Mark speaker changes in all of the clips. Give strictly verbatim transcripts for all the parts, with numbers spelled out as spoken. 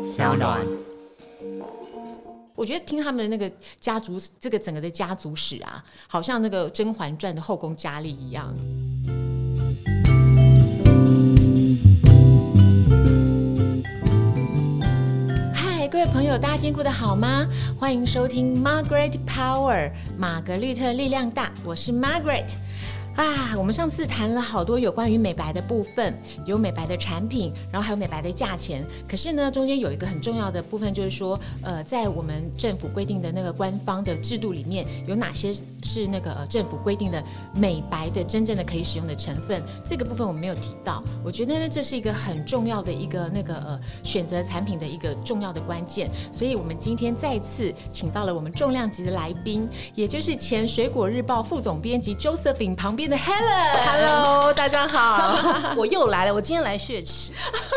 Speaker 1: 小暖。
Speaker 2: 我觉得听他们的那个家族，这个整个的家族史啊，好像那个《甄嬛传》的后宫佳丽一样。嗨，各位朋友，大家今天过得好吗？欢迎收听 Margaret Power 玛格丽特力量大，我是 Margaret。啊，我们上次谈了好多有关于美白的部分，有美白的产品，然后还有美白的价钱。可是呢，中间有一个很重要的部分，就是说，呃，在我们政府规定的那个官方的制度里面，有哪些是那个、呃、政府规定的美白的真正的可以使用的成分？这个部分我们没有提到。我觉得呢，这是一个很重要的一个那个呃选择产品的一个重要的关键。所以我们今天再次请到了我们重量级的来宾，也就是前水果日报副总编辑 Josephine 旁边的 Helen。Hello，
Speaker 3: 大家好，我又来了，我今天来血池。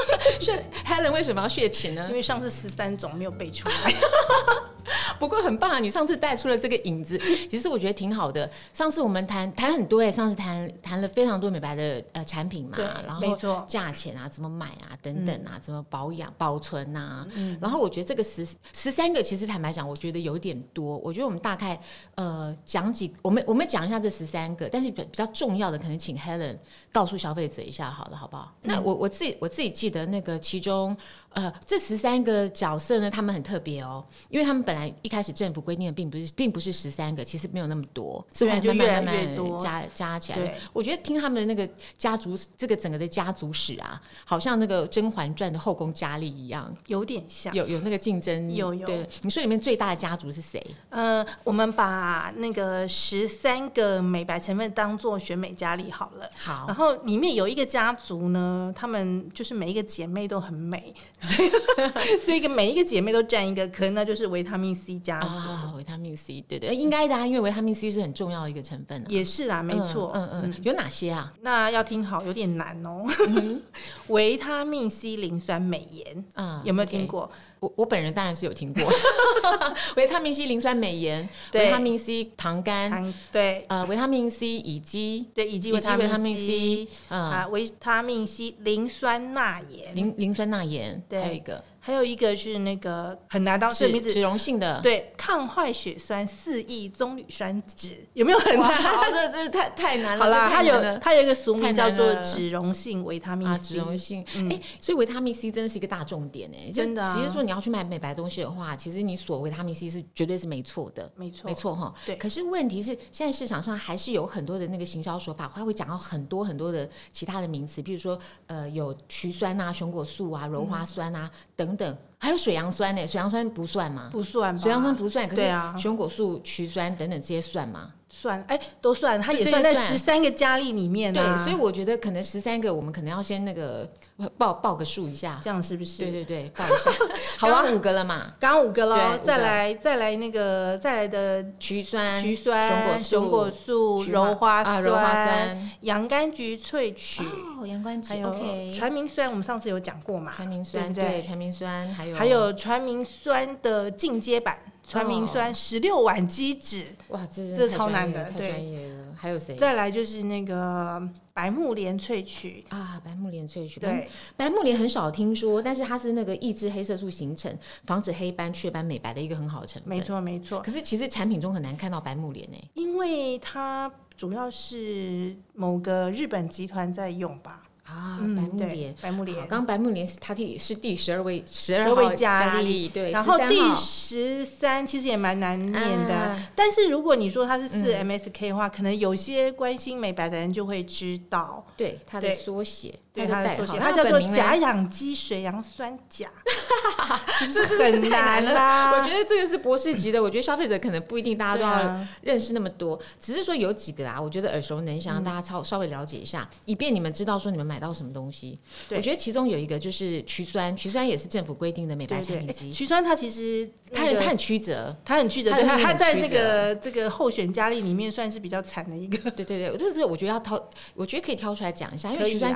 Speaker 2: Helen 为什么要血池呢？
Speaker 3: 因为上次十三种没有背出来。
Speaker 2: 不过很棒啊，你上次带出了这个影子，其实我觉得挺好的。上次我们谈谈很多哎，上次谈谈了非常多美白的呃产品嘛，然后价钱啊，怎么买啊，等等啊，嗯、怎么保养、保存啊、嗯。然后我觉得这个十十三个，其实坦白讲，我觉得有点多。我觉得我们大概呃讲几，我们我们讲一下这十三个，但是比较重要的，可能请 Helen 告诉消费者一下好了，好不好？嗯、那我我自己我自己记得那个其中。呃，这十三个角色呢，他们很特别哦，因为他们本来一开始政府规定的并不是，并不是十三个，其实没有那么多，
Speaker 3: 是慢慢慢慢
Speaker 2: 加加起来。我觉得听他们的那个家族，这个整个的家族史啊，好像那个《甄嬛传》的后宫佳丽一样，
Speaker 3: 有点像，
Speaker 2: 有有那个竞争，
Speaker 3: 有有。
Speaker 2: 对，你说里面最大的家族是谁？
Speaker 3: 呃，我们把那个十三个美白成分当做选美佳丽好了，
Speaker 2: 好，
Speaker 3: 然后里面有一个家族呢，他们就是每一个姐妹都很美。所以每一个姐妹都占一个坑，那就是维他命 C 家族。
Speaker 2: 啊，维他命 C， 对对，应该的啊，因为维他命 C 是很重要的一个成分、啊。
Speaker 3: 也是啦，没错。
Speaker 2: 嗯 嗯, 嗯，有哪些啊？
Speaker 3: 那要听好，有点难哦。嗯、维他命 C 磷酸镁盐，嗯，有没有听过？
Speaker 2: Okay. 我, 我本人当然是有听过，维他命 C 磷酸镁盐，维他命 C 糖苷，
Speaker 3: 对，
Speaker 2: 呃，维他命 C 乙基，
Speaker 3: 对，乙基维他命 C，
Speaker 2: 嗯
Speaker 3: 啊，维他命 C 磷酸钠盐，
Speaker 2: 磷磷酸钠盐，还有一个。
Speaker 3: 还有一个是那个很难当这名字，
Speaker 2: 脂溶性的，
Speaker 3: 对，抗坏血酸四异棕榈酸酯，有没有很难？
Speaker 2: 这这太太难了。
Speaker 3: 好啦，它有它有一个俗名叫做脂溶性维他命 C， 啊，
Speaker 2: 脂溶性，哎、嗯欸，所以维他命 C 真的是一个大重点哎、欸，
Speaker 3: 真的、啊。
Speaker 2: 其实说你要去买美白东西的话，其实你锁维他命 C 是绝对是没错的，
Speaker 3: 没错，
Speaker 2: 没错哈。
Speaker 3: 对。
Speaker 2: 可是问题是，现在市场上还是有很多的那个行销手法，它会讲到很多很多的其他的名词，比如说呃有曲酸啊、熊果素啊、鞣花酸啊、嗯、等等。还有水杨酸呢、欸，水杨酸不算吗？
Speaker 3: 不算吧，
Speaker 2: 水杨酸不算，可是
Speaker 3: 啊，
Speaker 2: 熊果素、曲酸等等这些算吗？
Speaker 3: 算，哎、欸，都算，它也算在十三个佳丽里面啊。
Speaker 2: 对，所以我觉得可能十三个，我们可能要先那个报报个数一下，
Speaker 3: 这样是不是？
Speaker 2: 对对对，报一下。好啊，五个了嘛，
Speaker 3: 刚刚五个喽，再来再来那个再来的
Speaker 2: 曲酸、
Speaker 3: 曲酸、熊果素、鞣花酸、
Speaker 2: 鞣花酸、
Speaker 3: 洋甘菊萃取，
Speaker 2: 哦，洋甘菊，
Speaker 3: 还有传明酸，我们上次有讲过嘛？
Speaker 2: 传明酸，对，传明酸，还有
Speaker 3: 还有传明酸的进阶版。传明酸十六烷基酯，
Speaker 2: 哇，这
Speaker 3: 这超难的，
Speaker 2: 太专业了。还有谁？
Speaker 3: 再来就是那个白木莲萃取
Speaker 2: 啊，白木莲萃取，
Speaker 3: 对，
Speaker 2: 白木莲很少听说，但是它是那个抑制黑色素形成、防止黑斑、雀斑、美白的一个很好的成分。
Speaker 3: 没错，没错。
Speaker 2: 可是其实产品中很难看到白木莲诶，
Speaker 3: 因为它主要是某个日本集团在用吧。
Speaker 2: 啊，白木莲，
Speaker 3: 白木莲，
Speaker 2: 刚刚白木莲是它第是第十二位，十二位佳丽，对，
Speaker 3: 然后第十三其实也蛮难念的、啊，但是如果你说它是四 M S K 的话、嗯，可能有些关心美白的人就会知道，
Speaker 2: 对它的缩写，
Speaker 3: 对它的缩写，它叫做甲氧基水杨酸钾，是不是很难啦？
Speaker 2: 我觉得这个是博士级的，我觉得消费者可能不一定大家都要认识那么多，只是说有几个啊，我觉得耳熟能详，让大家稍稍微了解一下，以便你们知道说你们买到什么东西。我觉得其中有一个就是曲酸，曲酸也是政府规定的美白产品之一。
Speaker 3: 曲酸它其实、
Speaker 2: 那个、它, 它很曲折，
Speaker 3: 它很曲折，对，它它在这个这个候选佳丽里面算是比较惨的一个。
Speaker 2: 对对对，这个我觉得要挑，我觉得可以挑出来讲一下，因为曲酸其实它是一个蛮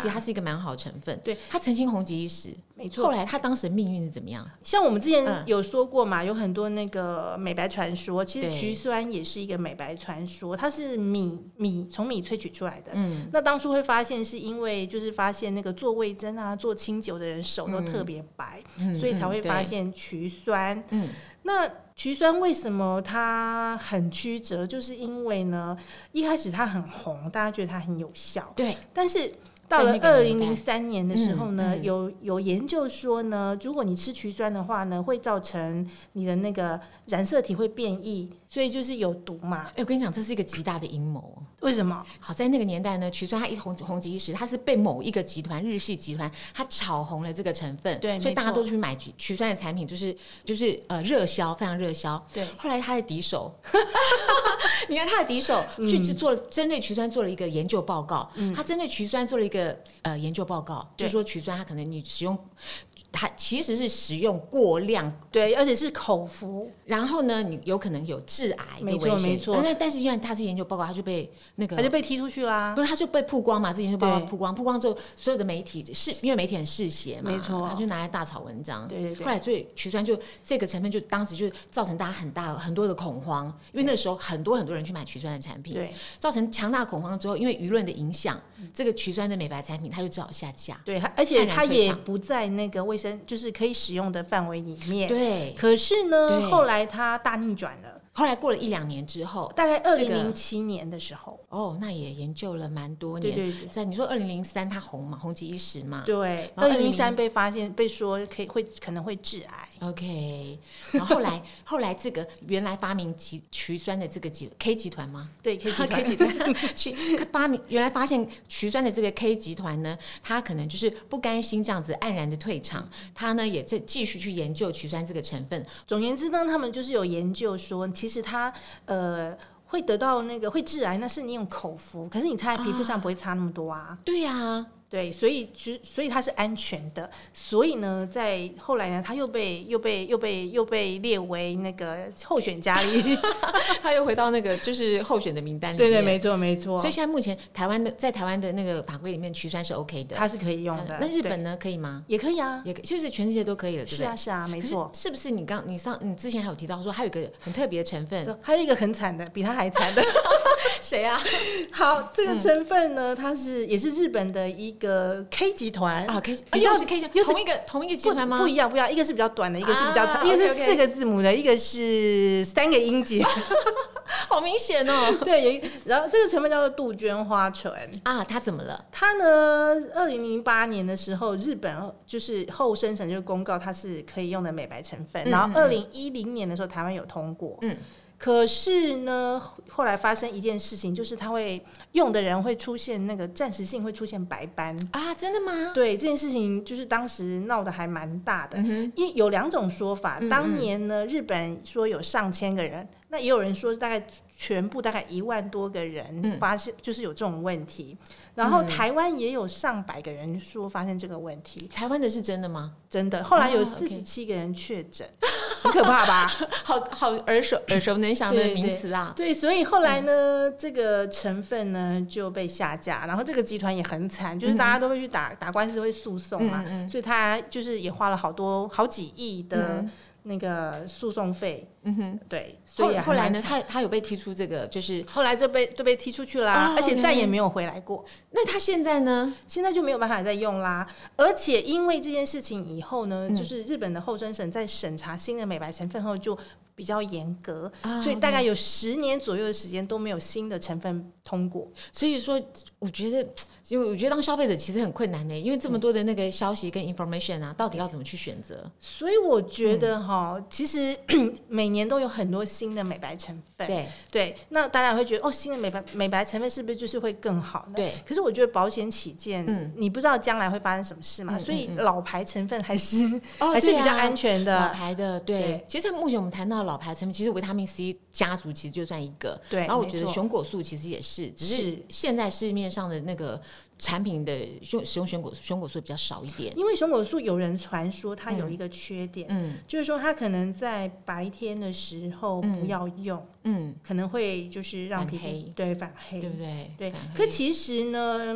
Speaker 2: 蛮好成分。
Speaker 3: 对，
Speaker 2: 它曾经红极一时，
Speaker 3: 没错。
Speaker 2: 后来它当时的命运是怎么样？
Speaker 3: 像我们之前有说过嘛，嗯、有很多那个美白传说，其实曲酸也是一个美白传说，它是米米从米萃取出来的。嗯，那当初会发现是因为就是发现那个做味噌啊、做清酒的人手都特别白，嗯、所以才会发现曲酸。嗯，那曲酸为什么它很曲折？就是因为呢，一开始它很红，大家觉得它很有效，
Speaker 2: 对，
Speaker 3: 但是到了二零零三年的时候呢，嗯嗯、有有研究说呢，如果你吃曲酸的话呢，会造成你的那个染色体会变异，所以就是有毒嘛。
Speaker 2: 哎、欸，我跟你讲，这是一个极大的阴谋。
Speaker 3: 为什么？
Speaker 2: 好，在那个年代呢，曲酸它一红红极一时，它是被某一个集团日系集团它炒红了这个成分，
Speaker 3: 对，
Speaker 2: 所以大家都去买曲酸的产品，就是就是呃热销，非常热销。
Speaker 3: 对，
Speaker 2: 后来他的敌手，你看他的敌手去做针对曲酸做了一个研究报告，嗯、他针对曲酸做了一个呃研究报告，就是说曲酸它可能你使用。它其实是食用过量，
Speaker 3: 对，而且是口服，
Speaker 2: 然后呢，你有可能有致癌的危险，没错没错。但但是因为它是研究报告，它就被那个，
Speaker 3: 它就被踢出去啦，
Speaker 2: 不是，它就被曝光嘛，这研究报告曝光，曝光之后，所有的媒体是因为媒体很嗜血嘛，
Speaker 3: 没错，
Speaker 2: 它就拿来大炒文章，
Speaker 3: 对对对。
Speaker 2: 后来所以曲酸就这个成分就当时就造成大家很大很多的恐慌，因为那时候很多很多人去买曲酸的产品，
Speaker 3: 对，
Speaker 2: 造成强大恐慌之后，因为舆论的影响，这个曲酸的美白产品它就只好下架，
Speaker 3: 对，而且它也不在那个卫生就是可以使用的范围里面，
Speaker 2: 对。
Speaker 3: 可是呢，后来它大逆转了。
Speaker 2: 后来过了一两年之后，
Speaker 3: 大概二零零七年的时候，
Speaker 2: 哦，那也研究了蛮多年。
Speaker 3: 对对对，
Speaker 2: 在你说二零零三它红嘛，红极一时嘛。
Speaker 3: 对，二零零三被发现被说可以会可能会致癌。
Speaker 2: OK， 然后后来后来这个原来发明曲曲酸的这个集 K 集团吗？
Speaker 3: 对 K 集团
Speaker 2: ，K 集团去发明原来发现曲酸的这个 K 集团呢，它可能就是不甘心这样子黯然的退场，它呢也在继续去研究曲酸这个成分。
Speaker 3: 总言之呢，他们就是有研究说，其实它呃。会得到那个会致癌，那是你用口服，可是你擦在皮肤上不会差那么多啊。
Speaker 2: 对呀、啊，
Speaker 3: 对，所以所以它是安全的。所以呢，在后来呢，它又被又被又被又被列为那个候选佳丽，
Speaker 2: 他又回到那个就是候选的名单里面。
Speaker 3: 对对，没错没错。
Speaker 2: 所以现在目前台湾的在台湾的那个法规里面，曲酸是 OK 的，
Speaker 3: 它是可以用的。
Speaker 2: 那日本呢，可以吗？
Speaker 3: 也可以啊，
Speaker 2: 也可以，就是全世界都可以了，对不对？
Speaker 3: 是啊是啊，没错。
Speaker 2: 是不是你刚你上你之前还有提到说，还有一个很特别的成分，
Speaker 3: 还有一个很惨的，比它还惨的。
Speaker 2: 谁啊？
Speaker 3: 好，这个成分呢，它是也是日本的一个 K 集团
Speaker 2: 啊 ，K 又是 K 集团，又是同一个同一个集团吗？
Speaker 3: 不一样，不一样，一个是比较短的，一个是比较长，一个是四个字母的，一个是三个音节，
Speaker 2: 好明显哦。
Speaker 3: 对，然后这个成分叫做杜鹃花醇
Speaker 2: 啊，它怎么了？
Speaker 3: 它呢，二零零八年的时候，日本就是厚生省就公告它是可以用的美白成分，然后二零一零年的时候，台湾有通过，嗯。可是呢，后来发生一件事情，就是它会用的人会出现那个暂时性会出现白斑
Speaker 2: 啊，真的吗？
Speaker 3: 对，这件事情就是当时闹得还蛮大的，嗯、因为有两种说法。嗯嗯当年呢，日本说有上千个人，那也有人说大概全部大概一万多个人发现就是有这种问题，嗯、然后台湾也有上百个人说发现这个问题。
Speaker 2: 台湾的是真的吗？
Speaker 3: 真的，后来有四十七个人确诊。Oh, okay. 很可怕吧？
Speaker 2: 好好耳熟耳熟能详的名词啊！
Speaker 3: 对，所以后来呢，嗯、这个成分呢就被下架，然后这个集团也很惨，就是大家都会去打、嗯、打官司，会诉讼嘛，嗯嗯所以他就是也花了好多好几亿的那个诉讼费。嗯哼，对，所以
Speaker 2: 后来呢，他他有被踢出这个，就是
Speaker 3: 后来就被就被踢出去啦，哦、而且再也没有回来过。
Speaker 2: 那他现在呢？
Speaker 3: 现在就没有办法再用啦。而且因为这件事情以后呢，嗯、就是日本的厚生省在审查新的美白成分后就比较严格，啊、所以大概有十年左右的时间都没有新的成分通过。
Speaker 2: 所以说，我觉得，因为我觉得当消费者其实很困难的，因为这么多的那个消息跟 information 啊，到底要怎么去选择？
Speaker 3: 所以我觉得哈，嗯、其实每年都有很多新的美白成分，
Speaker 2: 对
Speaker 3: 对，那大家会觉得哦，新的美白美白成分是不是就是会更好呢？
Speaker 2: 对，
Speaker 3: 可是我觉得保险起见，嗯，你不知道将来会发生什么事嘛，嗯、所以老牌成分还是、哦、还是比较安全的。
Speaker 2: 老牌的，对，对其实目前我们谈到老牌成分，其实维他命 C 家族其实就算一个，
Speaker 3: 对，
Speaker 2: 然后我觉得熊果素其实也是，只是现在市面上的那个。产品的使用熊果熊果素比较少一点，
Speaker 3: 因为熊果素有人传说它有一个缺点，嗯，就是说它可能在白天的时候不要用，嗯，可能会就是让皮肤对反黑，
Speaker 2: 对不对？
Speaker 3: 对。可其实呢，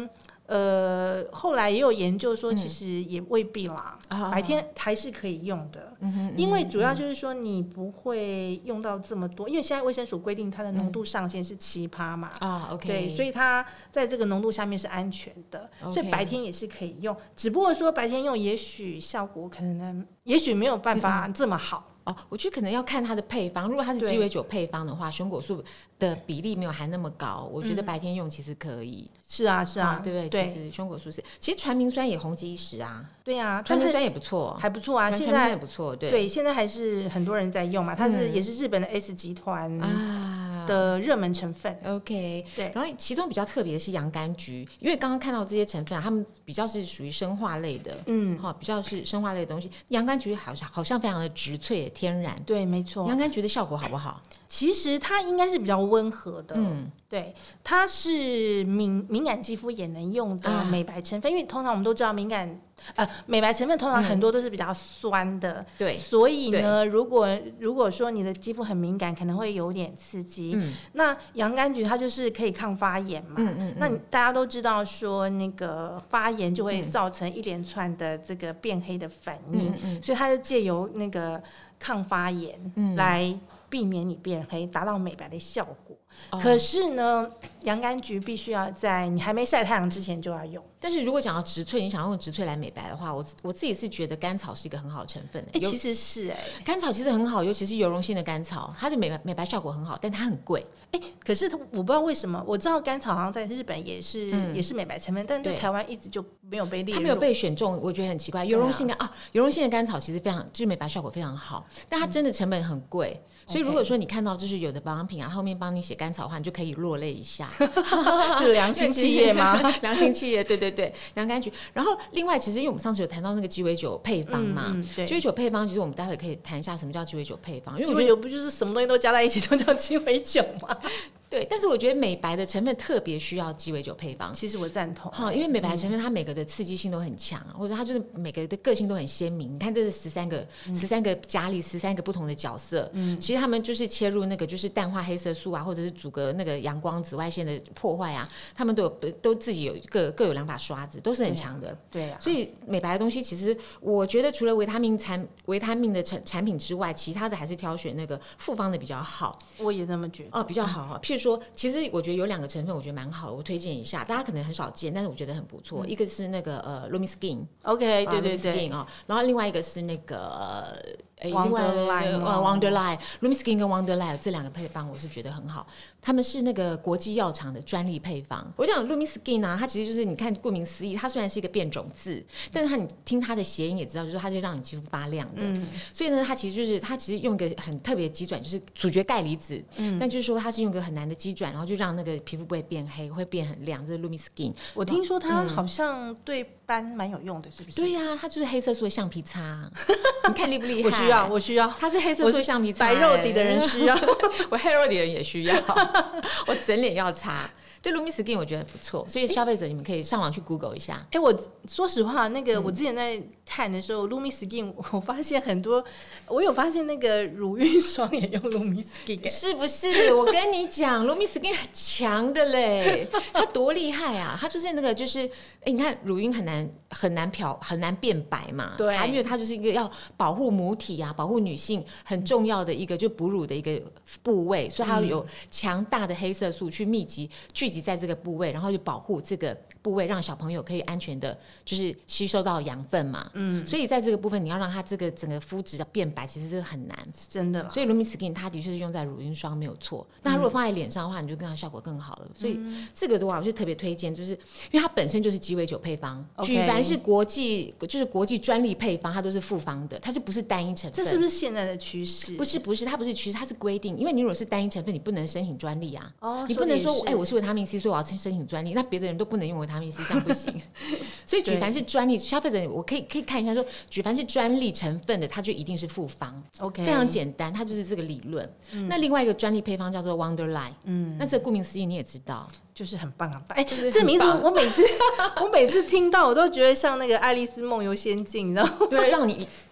Speaker 3: 呃，后来也有研究说，其实也未必啦，
Speaker 2: 嗯、
Speaker 3: 白天还是可以用的。嗯哼嗯哼，因为主要就是说你不会用到这么多，因为现在卫生署规定它的浓度上限是七趴嘛，
Speaker 2: 啊、嗯、，OK，
Speaker 3: 对，所以它在这个浓度下面是安全的， okay. 所以白天也是可以用，只不过说白天用也许效果可能，也许没有办法这么好。嗯嗯
Speaker 2: 哦，我觉得可能要看它的配方。如果它是鸡尾酒配方的话，熊果素的比例没有含那么高，我觉得白天用其实可以。
Speaker 3: 嗯、是啊，是啊，
Speaker 2: 哦、对不对？对，其实熊果素是，其实传明酸也红极一时啊。
Speaker 3: 对啊，
Speaker 2: 传明酸也不错，
Speaker 3: 还不错啊。现在也不错，对对，现在还是很多人在用嘛。它是、嗯、也是日本的 S 集团啊的热门成分。
Speaker 2: OK，
Speaker 3: 对。
Speaker 2: 然后其中比较特别的是洋甘菊，因为刚刚看到这些成分、啊，它们比较是属于生化类的，嗯，哈、哦，比较是生化类的东西。洋甘菊好像好像非常的植萃天然，
Speaker 3: 对。没错，
Speaker 2: 洋甘菊的效果好不好？
Speaker 3: 其实它应该是比较温和的，嗯，对，它是敏敏感肌肤也能用的美白成分，啊、因为通常我们都知道敏感呃美白成分通常很多都是比较酸的，嗯、对，所以呢，如果如果说你的肌肤很敏感，可能会有点刺激。嗯、那洋甘菊它就是可以抗发炎嘛，嗯嗯嗯，那大家都知道说那个发炎就会造成一连串的这个变黑的反应，嗯嗯，所以它是借由那个抗发炎来避免你变黑，达到美白的效果。哦、可是呢，洋甘菊必须要在你还没晒太阳之前就要用。
Speaker 2: 但是如果想要植萃，你想要用植萃来美白的话，我我自己是觉得甘草是一个很好的成分。
Speaker 3: 哎、欸，其实是哎、
Speaker 2: 欸，甘草其实很好，尤其是油溶性的甘草，它的美白美白效果很好，但它很贵。
Speaker 3: 哎、欸，可是我不知道为什么，我知道甘草好像在日本也是、嗯、也是美白成分，但在台湾一直就没有被列入，
Speaker 2: 它没有被选中，我觉得很奇怪。油溶性的 啊, 啊，油溶性的甘草其实非常就是美白效果非常好，但它真的成本很贵。嗯，所以如果说你看到就是有的保养品啊，后面帮你写甘草的话，你就可以落泪一下。
Speaker 3: 是良心企业吗？
Speaker 2: 良心企业，对对对，洋甘菊。然后另外，其实因为我们上次有谈到那个鸡尾酒配方嘛，嗯嗯、鸡尾酒配方，其实我们待会可以谈一下什么叫鸡尾酒配方。因为
Speaker 3: 鸡尾酒不就是什么东西都加在一起都叫鸡尾酒吗？
Speaker 2: 对，但是我觉得美白的成分特别需要鸡尾酒配方。
Speaker 3: 其实我赞同，
Speaker 2: 因为美白的成分它每个的刺激性都很强，或者它就是每个的个性都很鲜明。你看，这是十三个十三个佳丽，十三个不同的角色。嗯，其实他们就是切入那个就是淡化黑色素啊，或者是阻隔那个阳光紫外线的破坏啊，他们都有都自己有各各有两把刷子，都是很强的。
Speaker 3: 对啊，
Speaker 2: 所以美白的东西，其实我觉得除了维他命产维他命的产产品之外，其他的还是挑选那个复方的比较好。
Speaker 3: 我也这么觉得。
Speaker 2: 哦，比较好哈。譬如说，其实我觉得有两个成分，我觉得蛮好的，我推荐一下，大家可能很少见，但是我觉得很不错。嗯、一个是那个呃 Lumi Skin，OK，
Speaker 3: 对对对，
Speaker 2: 啊、哦，然后另外一个是那个。
Speaker 3: 欸、Wonderline
Speaker 2: Wonderline Lumi Skin 跟 Wonderline 这两个配方我是觉得很好，他们是那个国际药厂的专利配方。我讲 Lumi Skin 啊，它其实就是你看顾名思义，它虽然是一个变种字，但是它你听它的谐音也知道，就是它就让你肌肤发亮的。嗯、所以呢，它其实就是它其实用一个很特别的机转，就是主角钙离子，嗯、但就是说它是用一个很难的机转，然后就让那个皮肤不会变黑，会变很亮。这是 Lumi Skin。
Speaker 3: 我听说它好像对斑蛮有用的，是不是？
Speaker 2: 对呀、啊，它就是黑色素的橡皮擦。你看厉不厉害？
Speaker 3: 我需要，我需要。
Speaker 2: 它是黑色素橡皮擦、欸，
Speaker 3: 白肉底的人需要，
Speaker 2: 我黑肉底的人也需要。我整脸要擦。这 Lumi Skin 我觉得很不错，所以消费者你们可以上网去 Google 一下。
Speaker 3: 哎、欸，我说实话，那个我之前在看的时候、嗯、，Lumi Skin 我发现很多，我有发现那个乳晕霜也用 Lumi Skin，
Speaker 2: 是不是？我跟你讲，Lumi Skin 很强的嘞，它多厉害啊！它就是那个就是，哎、欸，你看乳晕很难很难漂很难变白嘛，
Speaker 3: 对，
Speaker 2: 因为它就是一个要保护母体啊，保护女性很重要的一个就哺乳的一个部位，所以它有强大的黑色素去密集聚集在这个部位，然后就保护这个部位，让小朋友可以安全的，就是吸收到养分嘛。嗯，所以在这个部分，你要让它这个整个肤质要变白，其实这个很难，
Speaker 3: 是真的。
Speaker 2: 所以 Lumi Skin 它的确是用在乳晕霜没有错，那它如果放在脸上的话，你就跟它效果更好了。所以这个的话，我就特别推荐，就是因为它本身就是鸡尾酒配方，举凡是国际就是国际专利配方，它都是复方的，它就不是单一成分。
Speaker 3: 这是不是现在的趋势？
Speaker 2: 不是，不是，它不是趋势，它是规定。因为你如果是单一成分，你不能申请专利啊。哦，你不能说，哎、欸，我是维他命 C， 所以我要申请专利，那别的人都不能用维他命 C， 这样不行。所以举凡是专利，消费者我可以可以看一下说，举凡是专利成分的，它就一定是复方。OK， 非常简单，它就是这个理论。嗯、那另外一个专利配方叫做 Wonderline， 嗯，那这顾名思义你也知道。
Speaker 3: 就是很棒很棒，哎、欸，这名字我每次我每次听到，我都觉得像那个《爱丽丝梦游仙境》，你知道吗？
Speaker 2: 对，让你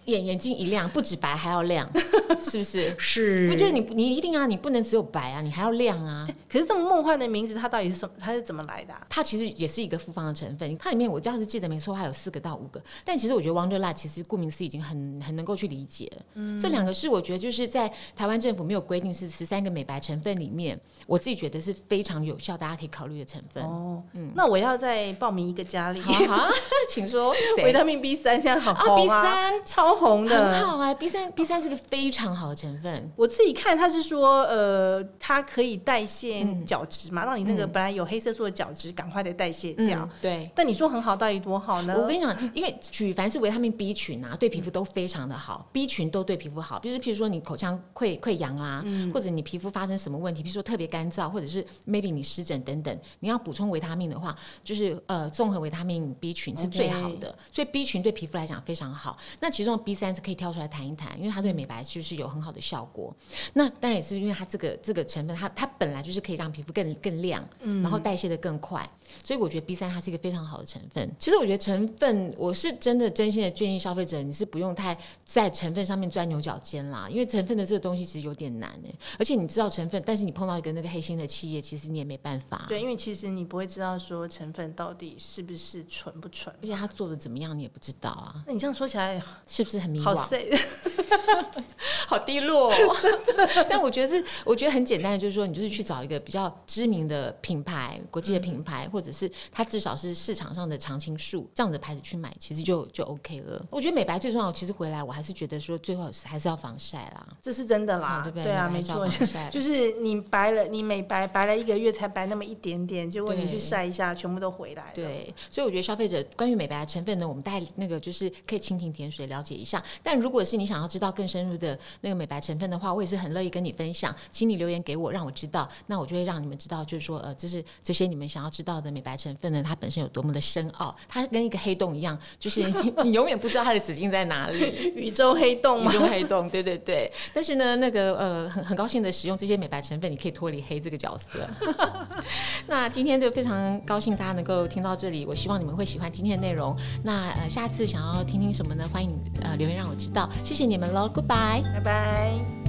Speaker 2: 眼眼睛一亮，不止白还要亮，是不是？
Speaker 3: 是，
Speaker 2: 我觉得你你一定啊，你不能只有白啊，你还要亮啊。
Speaker 3: 可是这么梦幻的名字，它到底是什么？它是怎么来的、啊？
Speaker 2: 它其实也是一个复方的成分，它里面我要是记得没错，它有四个到五个。但其实我觉得 Wonderlust 其实顾名思义已经很很能够去理解了。嗯，这两个是我觉得就是在台湾政府没有规定是十三个美白成分里面，我自己觉得是非常有效，大家可以考虑的成分。
Speaker 3: 哦，嗯，那我要再报名一个佳丽，
Speaker 2: 好啊，请说。
Speaker 3: 维他命 B 三 现在好红啊，
Speaker 2: B 三
Speaker 3: 超红的，
Speaker 2: 很好啊。B 三 B 三是个非常好的成分。
Speaker 3: 我自己看它是说，呃，它可以代谢角质嘛，嗯、让你那个本来有黑色素的角质赶快的代谢掉。嗯、
Speaker 2: 对。
Speaker 3: 但你说很好，到底多好呢？
Speaker 2: 我跟你讲，因为举凡是维他命 B 群啊，对皮肤都非常的好、嗯、，B 群都对皮肤好。就是譬如说你口腔溃溃疡啦、嗯，或者你皮肤发生什么问题，譬如说特别干燥，或者是 maybe 你湿疹等等，你要补充维他命的话，就是呃综合维他命 B 群是最好的。Okay. 所以 B 群对皮肤来讲非常好。那其中 B 三 是可以挑出来谈一谈，因为它对美白就是有很好的效果。那当然也是因为它这个这个成分，它它本来就是可以让皮肤更更亮，嗯，然后代谢的更快。所以我觉得 B 三 它是一个非常好的成分。其实我觉得成分，我是真的真心的建议消费者，你是不用太在成分上面钻牛角尖啦，因为成分的这个东西其实有点难哎。而且你知道成分，但是你碰到一个那个黑心的企业，其实你也没办法。
Speaker 3: 对，因为其实你不会知道说成分到底是不是纯不纯，
Speaker 2: 而且它做的怎么样你也不知道啊。
Speaker 3: 那你这样说起来，
Speaker 2: 是不是很迷惘？
Speaker 3: 好sad
Speaker 2: 好低落、哦，真的。但我觉得是，我觉得很简单的，就是说，你就是去找一个比较知名的品牌、国际的品牌，嗯、或者是它至少是市场上的常青树这样的牌子去买，其实就就 OK 了。我觉得美白最重要，其实回来我还是觉得说，最后还是要防晒啦，
Speaker 3: 这是真的啦，
Speaker 2: 对不对？
Speaker 3: 对啊，没错，就是你白了，你美白白了一个月才白那么一点点，结果你去晒一下，全部都回来了。
Speaker 2: 对，所以我觉得消费者关于美白的成分呢，我们带那个就是可以蜻蜓点水了解一下。但如果是你想要知道更深入的那个美白成分的话，我也是很乐意跟你分享，请你留言给我，让我知道，那我就会让你们知道，就是说，呃，就是这些你们想要知道的美白成分呢，它本身有多么的深奥，它跟一个黑洞一样，就是你, 你永远不知道它的止境在哪里，
Speaker 3: 宇宙黑洞吗？
Speaker 2: 宇宙黑洞，对对对。但是呢，那个呃，很很高兴的使用这些美白成分，你可以脱离黑这个角色。那今天就非常高兴大家能够听到这里，我希望你们会喜欢今天的内容。那呃，下次想要听听什么呢？欢迎呃留言让我知道。谢谢你们喽 ，Goodbye，
Speaker 3: 拜拜。